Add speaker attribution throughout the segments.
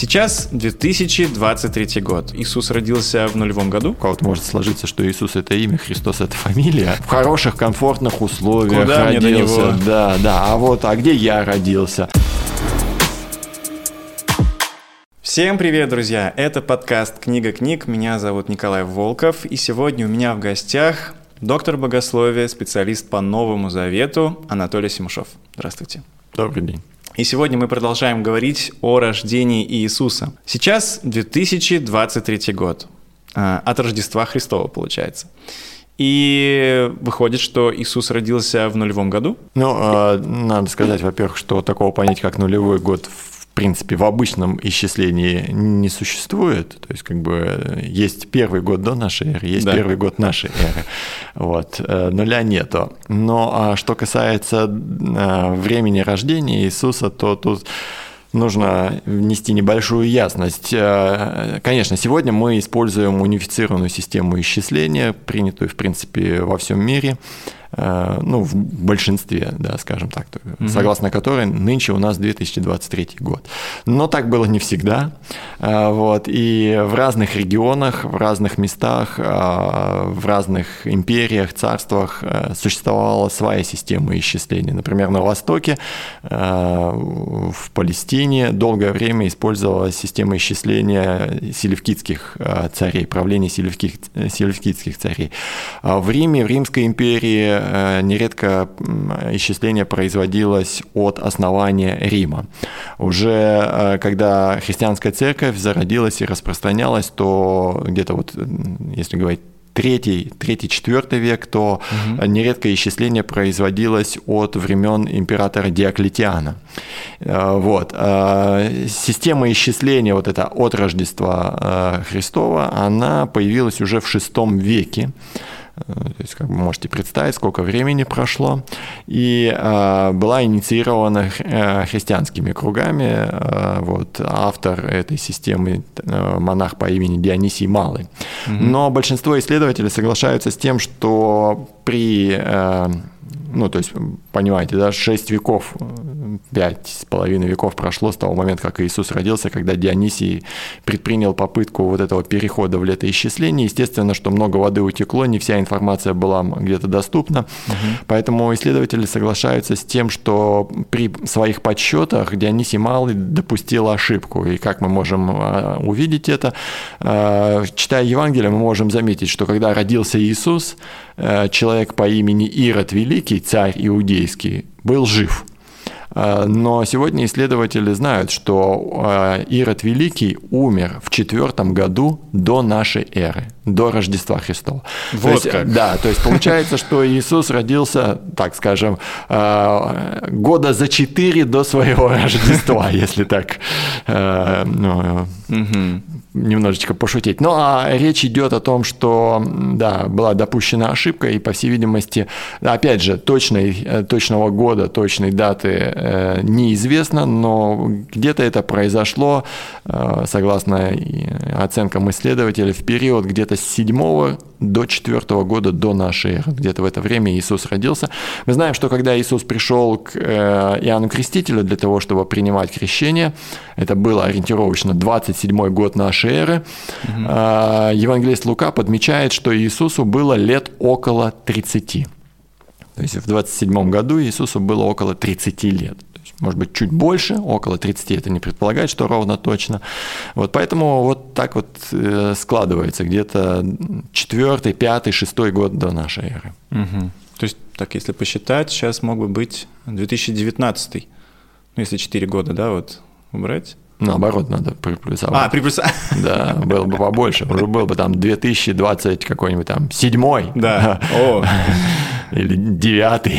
Speaker 1: Сейчас 2023 год. Иисус родился в нулевом году.
Speaker 2: У кого-то может сложиться, что Иисус — это имя, Христос — это фамилия. В хороших, комфортных условиях
Speaker 1: Куда
Speaker 2: родился.
Speaker 1: мне до него?
Speaker 2: Да. А где я родился?
Speaker 1: Всем привет, друзья! Это подкаст «Книга книг». Меня зовут Николай Волков. И сегодня у меня в гостях доктор богословия, специалист по Новому Завету Анатолий Симушов. Здравствуйте.
Speaker 2: Добрый день.
Speaker 1: И сегодня мы продолжаем говорить о рождении Иисуса. Сейчас 2023 год. От Рождества Христова, получается. И выходит, что Иисус родился в нулевом году?
Speaker 2: Надо сказать, во-первых, что такого понятия, как нулевой год, в принципе, в обычном исчислении не существует. То есть, есть первый год до нашей эры, есть первый год нашей эры. Нуля нету. Но что касается времени рождения Иисуса, то тут нужно внести небольшую ясность. Конечно, сегодня мы используем унифицированную систему исчисления, принятую, в принципе, во всем мире, в большинстве, скажем так, согласно которой нынче у нас 2023 год. Но так было не всегда. И в разных регионах, в разных местах, в разных империях, царствах существовала своя система исчисления. Например, на Востоке, в Палестине долгое время использовалась система исчисления селевкидских царей, правления селевкидских царей. В Риме, в Римской империи нередко исчисление производилось от основания Рима. Уже когда христианская церковь зародилась и распространялась, то где-то если говорить 3-4 век, то нередко исчисление производилось от времен императора Диоклетиана. Система исчисления эта от Рождества Христова, она появилась уже в VI веке. То есть, можете представить, сколько времени прошло, и была инициирована христианскими кругами. Автор этой системы монах по имени Дионисий Малый. Но большинство исследователей соглашаются с тем, что понимаете, 6 веков, 5,5 веков прошло с того момента, как Иисус родился, когда Дионисий предпринял попытку этого перехода в летоисчисление. Естественно, что много воды утекло, не вся информация была где-то доступна. Поэтому исследователи соглашаются с тем, что при своих подсчетах Дионисий Малый допустил ошибку. И как мы можем увидеть это? Читая Евангелие, мы можем заметить, что когда родился Иисус, человек по имени Ирод Великий, царь иудейский, был жив. Но сегодня исследователи знают, что Ирод Великий умер в 4 году до нашей эры, до Рождества Христова. То есть получается, что Иисус родился, так скажем, года за 4 до своего Рождества, если так немножечко пошутить. Речь идет о том, что была допущена ошибка, и, по всей видимости, опять же, точного года, точной даты неизвестно, но где-то это произошло, согласно оценкам исследователей, в период где-то с 7 до 4 года до нашей эры. Где-то в это время Иисус родился. Мы знаем, что когда Иисус пришел к Иоанну Крестителю для того, чтобы принимать крещение, это было ориентировочно 27 год нашей эры, евангелист Лука подмечает, что Иисусу было лет около 30. То есть в 27 году Иисусу было около 30 лет. Может быть, чуть больше, около 30, это не предполагает, что ровно точно. Поэтому так складывается, где-то 4, 5, 6 год до нашей эры.
Speaker 1: То есть, если посчитать, сейчас мог бы быть 2019, если 4 года, убрать.
Speaker 2: Наоборот, надо приплюсовать.
Speaker 1: Приплюсовать.
Speaker 2: Да, было бы побольше, уже был бы 2020 какой-нибудь 7-й.
Speaker 1: Да.
Speaker 2: Или 9-й.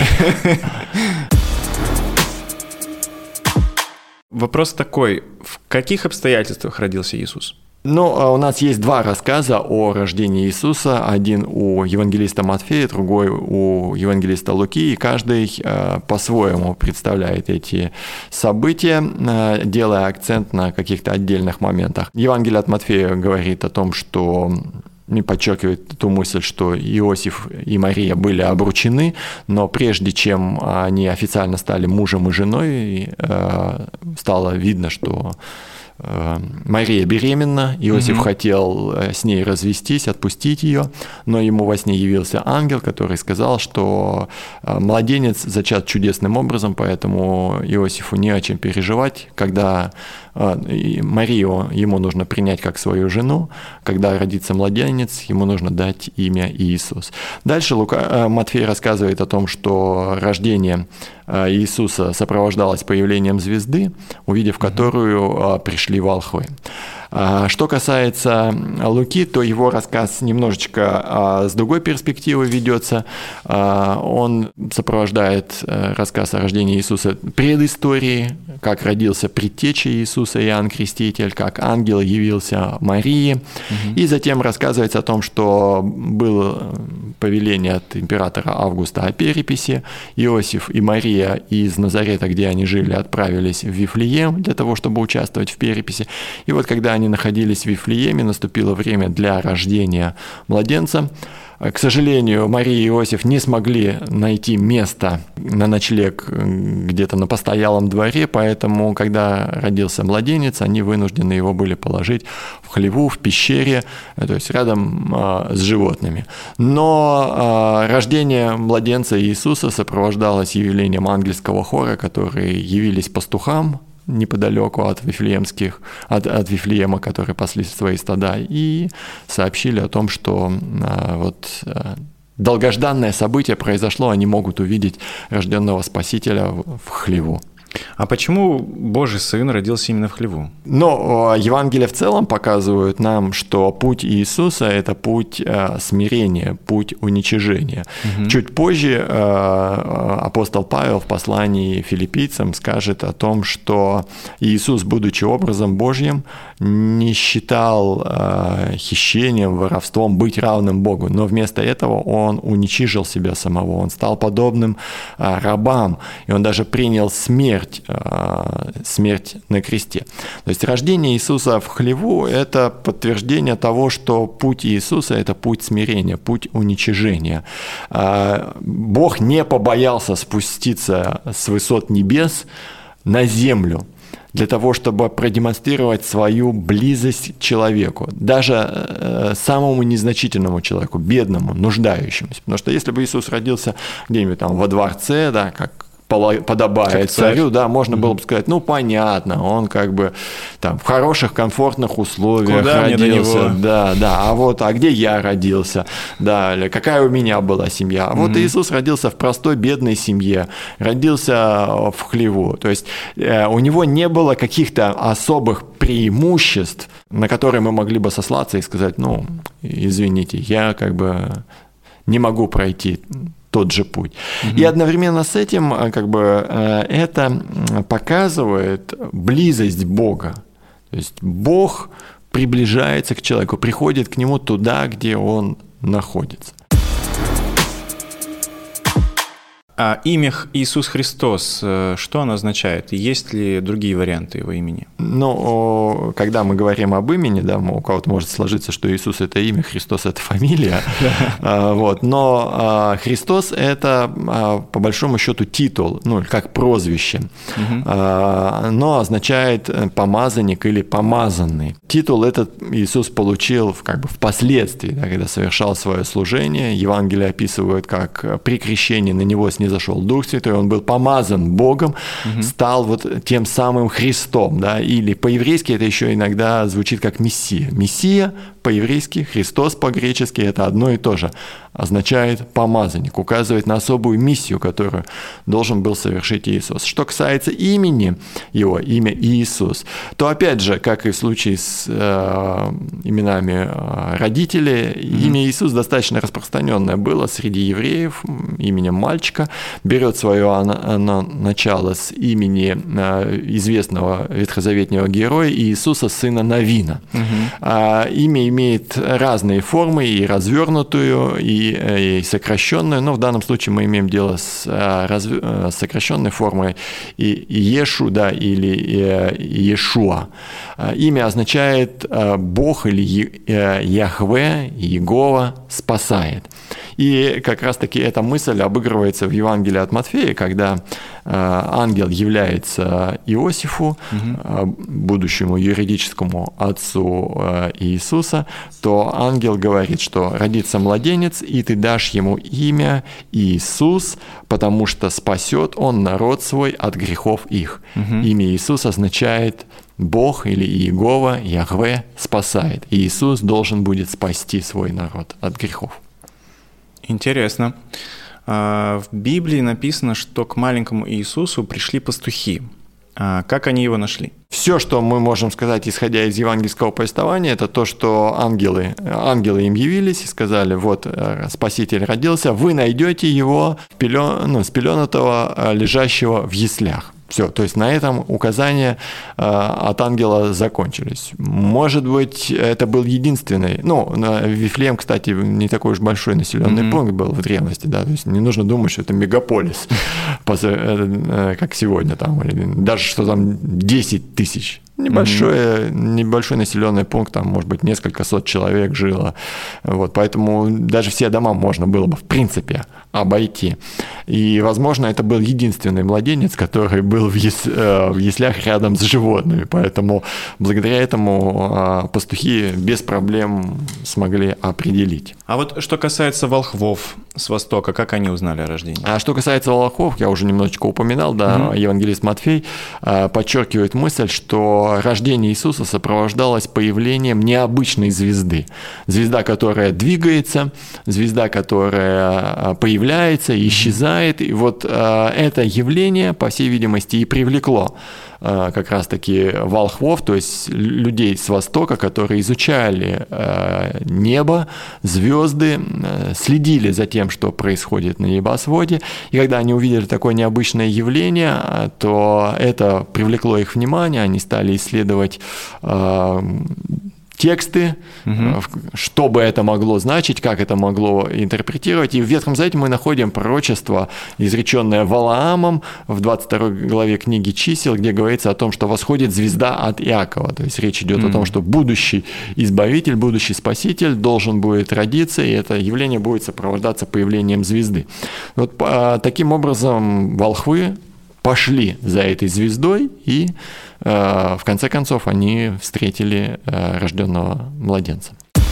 Speaker 1: Вопрос такой: в каких обстоятельствах родился Иисус?
Speaker 2: У нас есть 2 рассказа о рождении Иисуса. Один у евангелиста Матфея, другой у евангелиста Луки. И каждый по-своему представляет эти события, делая акцент на каких-то отдельных моментах. Евангелие от Матфея говорит о том, что подчеркивает ту мысль, что Иосиф и Мария были обручены, но прежде чем они официально стали мужем и женой, стало видно, что Мария беременна, Иосиф хотел с ней развестись, отпустить ее, но ему во сне явился ангел, который сказал, что младенец зачат чудесным образом, поэтому Иосифу не о чем переживать, когда Марию ему нужно принять как свою жену, когда родится младенец, ему нужно дать имя Иисус. Дальше Матфей рассказывает о том, что рождение Иисуса сопровождалось появлением звезды, увидев которую пришли волхвы. Что касается Луки, то его рассказ немножечко с другой перспективы ведется. Он сопровождает рассказ о рождении Иисуса предысторией, как родился предтеча Иисуса Иоанн Креститель, как ангел явился Марии. И затем рассказывается о том, что было повеление от императора Августа о переписи. Иосиф и Мария из Назарета, где они жили, отправились в Вифлеем для того, чтобы участвовать в переписи. И вот когда они находились в Вифлееме, наступило время для рождения младенца. К сожалению, Мария и Иосиф не смогли найти место на ночлег где-то на постоялом дворе, поэтому, когда родился младенец, они вынуждены его были положить в хлеву, в пещере, то есть рядом с животными. Но рождение младенца Иисуса сопровождалось явлением ангельского хора, которые явились пастухам неподалеку от Вифлеема, которые пасли свои стада, и сообщили о том, что долгожданное событие произошло, они могут увидеть рожденного Спасителя в хлеву.
Speaker 1: А почему Божий Сын родился именно в хлеву?
Speaker 2: Но Евангелия в целом показывают нам, что путь Иисуса – это путь смирения, путь уничижения. Чуть позже апостол Павел в послании филиппийцам скажет о том, что Иисус, будучи образом Божьим, не считал хищением, воровством быть равным Богу, но вместо этого Он уничижил себя самого, Он стал подобным рабам, и Он даже принял смерть на кресте. То есть рождение Иисуса в хлеву – это подтверждение того, что путь Иисуса – это путь смирения, путь уничижения. Бог не побоялся спуститься с высот небес на землю для того, чтобы продемонстрировать свою близость к человеку, даже самому незначительному человеку, бедному, нуждающемуся. Потому что если бы Иисус родился где-нибудь там во дворце, да, как подобает царю, да, можно было бы сказать, ну, понятно, он как бы там в хороших, комфортных условиях родился, а где я родился, да, или какая у меня была семья. Вот Иисус родился в простой, бедной семье, родился в хлеву, то есть у него не было каких-то особых преимуществ, на которые мы могли бы сослаться и сказать, ну, извините, я как бы не могу пройти тот же путь. И одновременно с этим это показывает близость Бога. То есть Бог приближается к человеку, приходит к нему туда, где он находится.
Speaker 1: А имя Иисус Христос, что оно означает? И есть ли другие варианты его имени?
Speaker 2: Ну, когда мы говорим об имени, да, у кого-то может сложиться, что Иисус – это имя, Христос – это фамилия. Но Христос – это, по большому счету, титул, ну, как прозвище, но означает помазанник или помазанный. Титул этот Иисус получил как бы впоследствии, да, когда совершал свое служение. Евангелие описывают, как при крещении на него снизошел Дух Святой, он был помазан Богом, стал вот тем самым Христом, да, или по-еврейски это еще иногда звучит как Мессия. Мессия по-еврейски, Христос по-гречески – это одно и то же. Означает помазанник, указывает на особую миссию, которую должен был совершить Иисус. Что касается имени его, имя Иисус, то опять же, как и в случае с именами родителей, имя Иисус достаточно распространенное было среди евреев, именем мальчика, берет свое начало с имени известного ветхозаветнего героя Иисуса, сына Навина. Имя имеет разные формы, и развернутую, и сокращенную, но в данном случае мы имеем дело с сокращенной формой Иешу, да, или Иешуа. Имя означает «Бог» или «Яхве», «Иегова» спасает. И как раз-таки эта мысль обыгрывается в Евангелии от Матфея, когда ангел является Иосифу, будущему юридическому отцу Иисуса, то ангел говорит, что родится младенец, и ты дашь ему имя Иисус, потому что спасет он народ свой от грехов их. Имя Иисус означает Бог или Иегова, Яхве спасает. И Иисус должен будет спасти свой народ от грехов.
Speaker 1: Интересно. В Библии написано, что к маленькому Иисусу пришли пастухи. Как они его нашли?
Speaker 2: Все, что мы можем сказать, исходя из евангельского повествования, это то, что ангелы им явились и сказали: вот Спаситель родился, вы найдете его спеленатого, лежащего в яслях. Все, то есть на этом указания от ангела закончились. Может быть, это был единственный. Вифлеем, кстати, не такой уж большой населенный пункт был в древности, да, то есть не нужно думать, что это мегаполис, как сегодня, там, или даже что там 10 тысяч. Небольшой населенный пункт, там, может быть, несколько сот человек жило. Вот, поэтому даже все дома можно было бы, в принципе, обойти. И, возможно, это был единственный младенец, который был в яслях рядом с животными. Поэтому благодаря этому пастухи без проблем смогли определить.
Speaker 1: А вот что касается волхвов с Востока, как они узнали о рождении?
Speaker 2: А что касается волхвов, я уже немножечко упоминал, да, евангелист Матфей подчеркивает мысль, что рождение Иисуса сопровождалось появлением необычной звезды. Звезда, которая двигается, звезда, которая появляется, исчезает. И вот это явление, по всей видимости, и привлекло как раз-таки волхвов, то есть людей с Востока, которые изучали небо, звезды, следили за тем, что происходит на небосводе. И когда они увидели такое необычное явление, то это привлекло их внимание, они стали исследовать тексты, что бы это могло значить, как это могло интерпретировать. И в Ветхом Завете мы находим пророчество, изреченное Валаамом в 22 главе книги Чисел, где говорится о том, что восходит звезда от Иакова. То есть речь идет о том, что будущий избавитель, будущий спаситель должен будет родиться, и это явление будет сопровождаться появлением звезды. Вот таким образом волхвы пошли за этой звездой, и в конце концов они встретили рожденного младенца.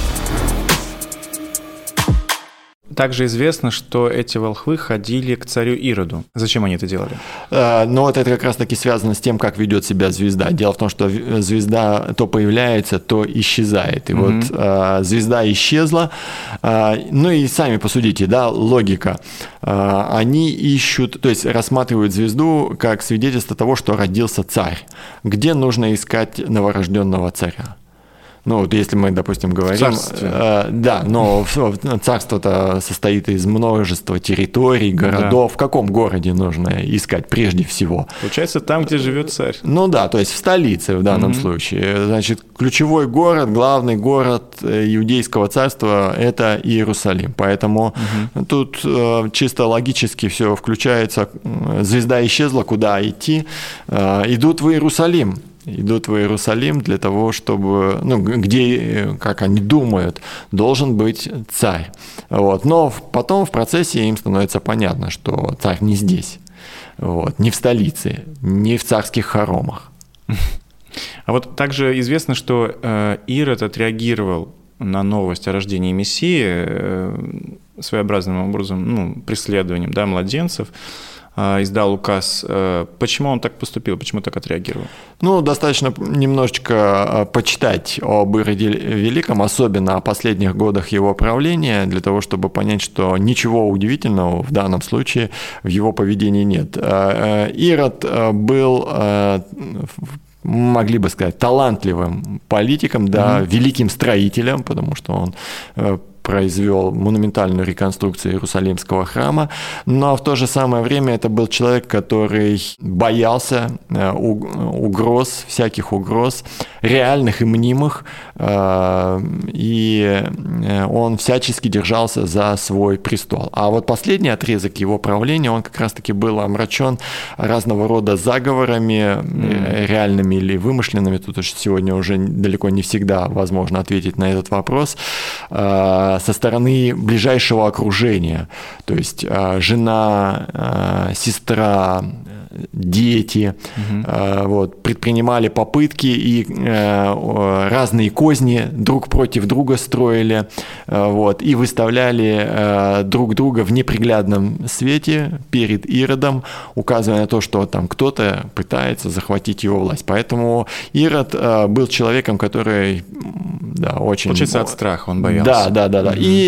Speaker 1: Также известно, что эти волхвы ходили к царю Ироду. Зачем они это делали?
Speaker 2: Вот это как раз-таки связано с тем, как ведет себя звезда. Дело в том, что звезда то появляется, то исчезает. И вот звезда исчезла. И сами посудите, да, логика. Они ищут, то есть рассматривают звезду как свидетельство того, что родился царь. Где нужно искать новорожденного царя? Вот если мы, допустим, говорим... но царство-то состоит из множества территорий, городов. Да. В каком городе нужно искать прежде всего?
Speaker 1: Получается, там, где живет царь.
Speaker 2: То есть в столице в данном случае. Значит, ключевой город, главный город Иудейского царства – это Иерусалим. Поэтому тут чисто логически все включается. Звезда исчезла, куда идти? Идут в Иерусалим. Идут в Иерусалим для того, чтобы, где, как они думают, должен быть царь. Вот. Но потом в процессе им становится понятно, что царь не здесь, не в столице, не в царских хоромах.
Speaker 1: А вот также известно, что Ирод отреагировал на новость о рождении Мессии своеобразным образом, преследованием, младенцев, издал указ. Почему он так поступил, почему так отреагировал?
Speaker 2: Достаточно немножечко почитать об Ироде Великом, особенно о последних годах его правления, для того, чтобы понять, что ничего удивительного в данном случае в его поведении нет. Ирод был, могли бы сказать, талантливым политиком, великим строителем, потому что он произвел монументальную реконструкцию Иерусалимского храма, но в то же самое время это был человек, который боялся угроз, всяких угроз, реальных и мнимых, и он всячески держался за свой престол. А вот последний отрезок его правления, он как раз-таки был омрачен разного рода заговорами, реальными или вымышленными, тут уж сегодня уже далеко не всегда возможно ответить на этот вопрос, со стороны ближайшего окружения, то есть жена, сестра, дети вот, предпринимали попытки и разные козни друг против друга строили вот, и выставляли друг друга в неприглядном свете перед Иродом, указывая на то, что там кто-то пытается захватить его власть. Поэтому Ирод был человеком, который очень...
Speaker 1: Получается, от страха он боялся.
Speaker 2: Да. И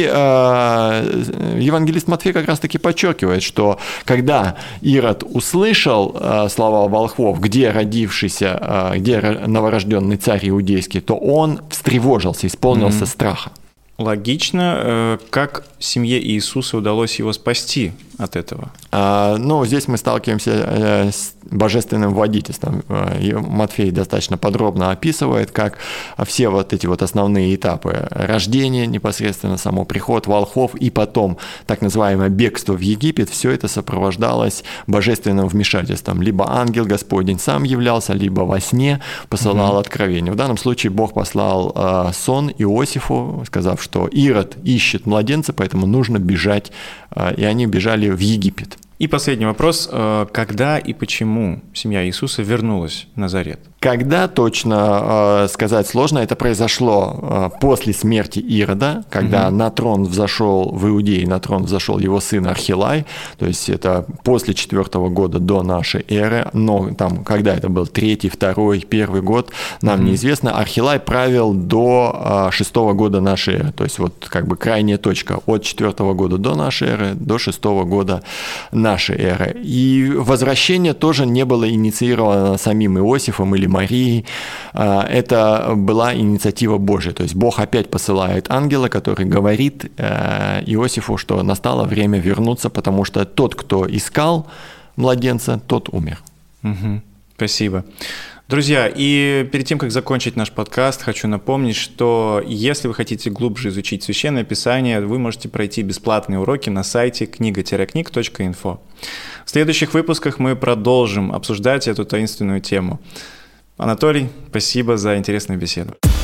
Speaker 2: евангелист Матфей как раз-таки подчеркивает, что когда Ирод услышал слова волхвов, где родившийся, где новорожденный царь иудейский, то он встревожился, исполнился страха.
Speaker 1: Логично. Как семье Иисуса удалось его спасти от этого?
Speaker 2: Здесь мы сталкиваемся с божественным водительством. Матфей достаточно подробно описывает, как все вот эти вот основные этапы рождения, непосредственно само приход волхвов и потом так называемое бегство в Египет, все это сопровождалось божественным вмешательством. Либо ангел Господень сам являлся, либо во сне посылал откровение. В данном случае Бог послал сон Иосифу, сказав, что Ирод ищет младенца, поэтому нужно бежать, и они бежали в Египет.
Speaker 1: И последний вопрос. Когда и почему семья Иисуса вернулась в Назарет?
Speaker 2: Когда точно сказать сложно, это произошло после смерти Ирода, когда на трон взошел в Иудее, на трон взошел его сын Архилай, то есть это после 4-го года до нашей эры, но там, когда это был 3-й, 2-й, 1-й год, нам неизвестно. Архилай правил до 6-го года нашей эры, то есть вот как бы крайняя точка от 4-го года до нашей эры до 6-го года нашей эры. И возвращение тоже не было инициировано самим Иосифом или Марией. Это была инициатива Божья. То есть Бог опять посылает ангела, который говорит Иосифу, что настало время вернуться, потому что тот, кто искал младенца, тот умер.
Speaker 1: Спасибо. Друзья, и перед тем, как закончить наш подкаст, хочу напомнить, что если вы хотите глубже изучить Священное Писание, вы можете пройти бесплатные уроки на сайте книга-книг.инфо. В следующих выпусках мы продолжим обсуждать эту таинственную тему. Анатолий, спасибо за интересную беседу.